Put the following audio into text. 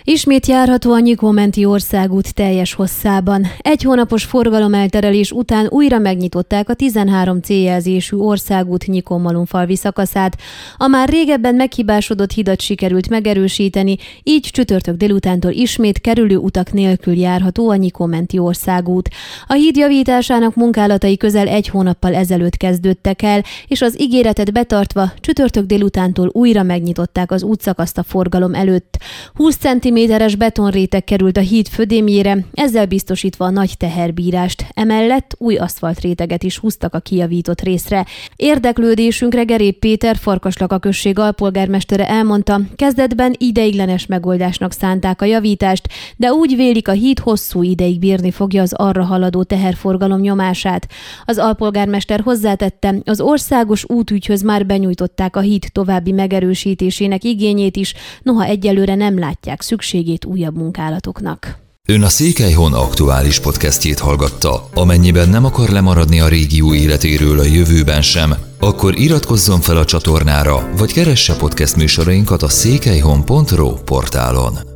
Ismét járható a Nyikó-menti országút teljes hosszában. Egy hónapos forgalomelterelés után újra megnyitották a 13 céljelzésű országút Nyikó-Malunfalvi szakaszát. A már régebben meghibásodott hidat sikerült megerősíteni, így csütörtök délutántól ismét kerülő utak nélkül járható a Nyikó-menti országút. A híd javításának munkálatai közel egy hónappal ezelőtt kezdődtek el, és az ígéretet betartva csütörtök délutántól újra megnyitották az útszakaszt a forgalom előtt. 20 cm-es betonréteg került a híd födémjére, ezzel biztosítva a nagy teherbírást. Emellett új aszfaltréteget is húztak a kijavított részre. Érdeklődésünkre Gerép Péter, Farkaslaka község alpolgármestere elmondta, kezdetben ideiglenes megoldásnak szánták a javítást, de úgy vélik, a híd hosszú ideig bírni fogja az arra haladó teherforgalom nyomását. Az alpolgármester hozzátette, az országos útügyhöz már benyújtották a híd további megerősítésének igényét is, noha egyelőre nem látják szükségét újabb munkálatoknak. Ön a Székelyhon aktuális podcastjét hallgatta. Amennyiben nem akar lemaradni a régió életéről a jövőben sem, akkor iratkozzon fel a csatornára, vagy keresse podcast műsorainkat a székelyhon.ro portálon.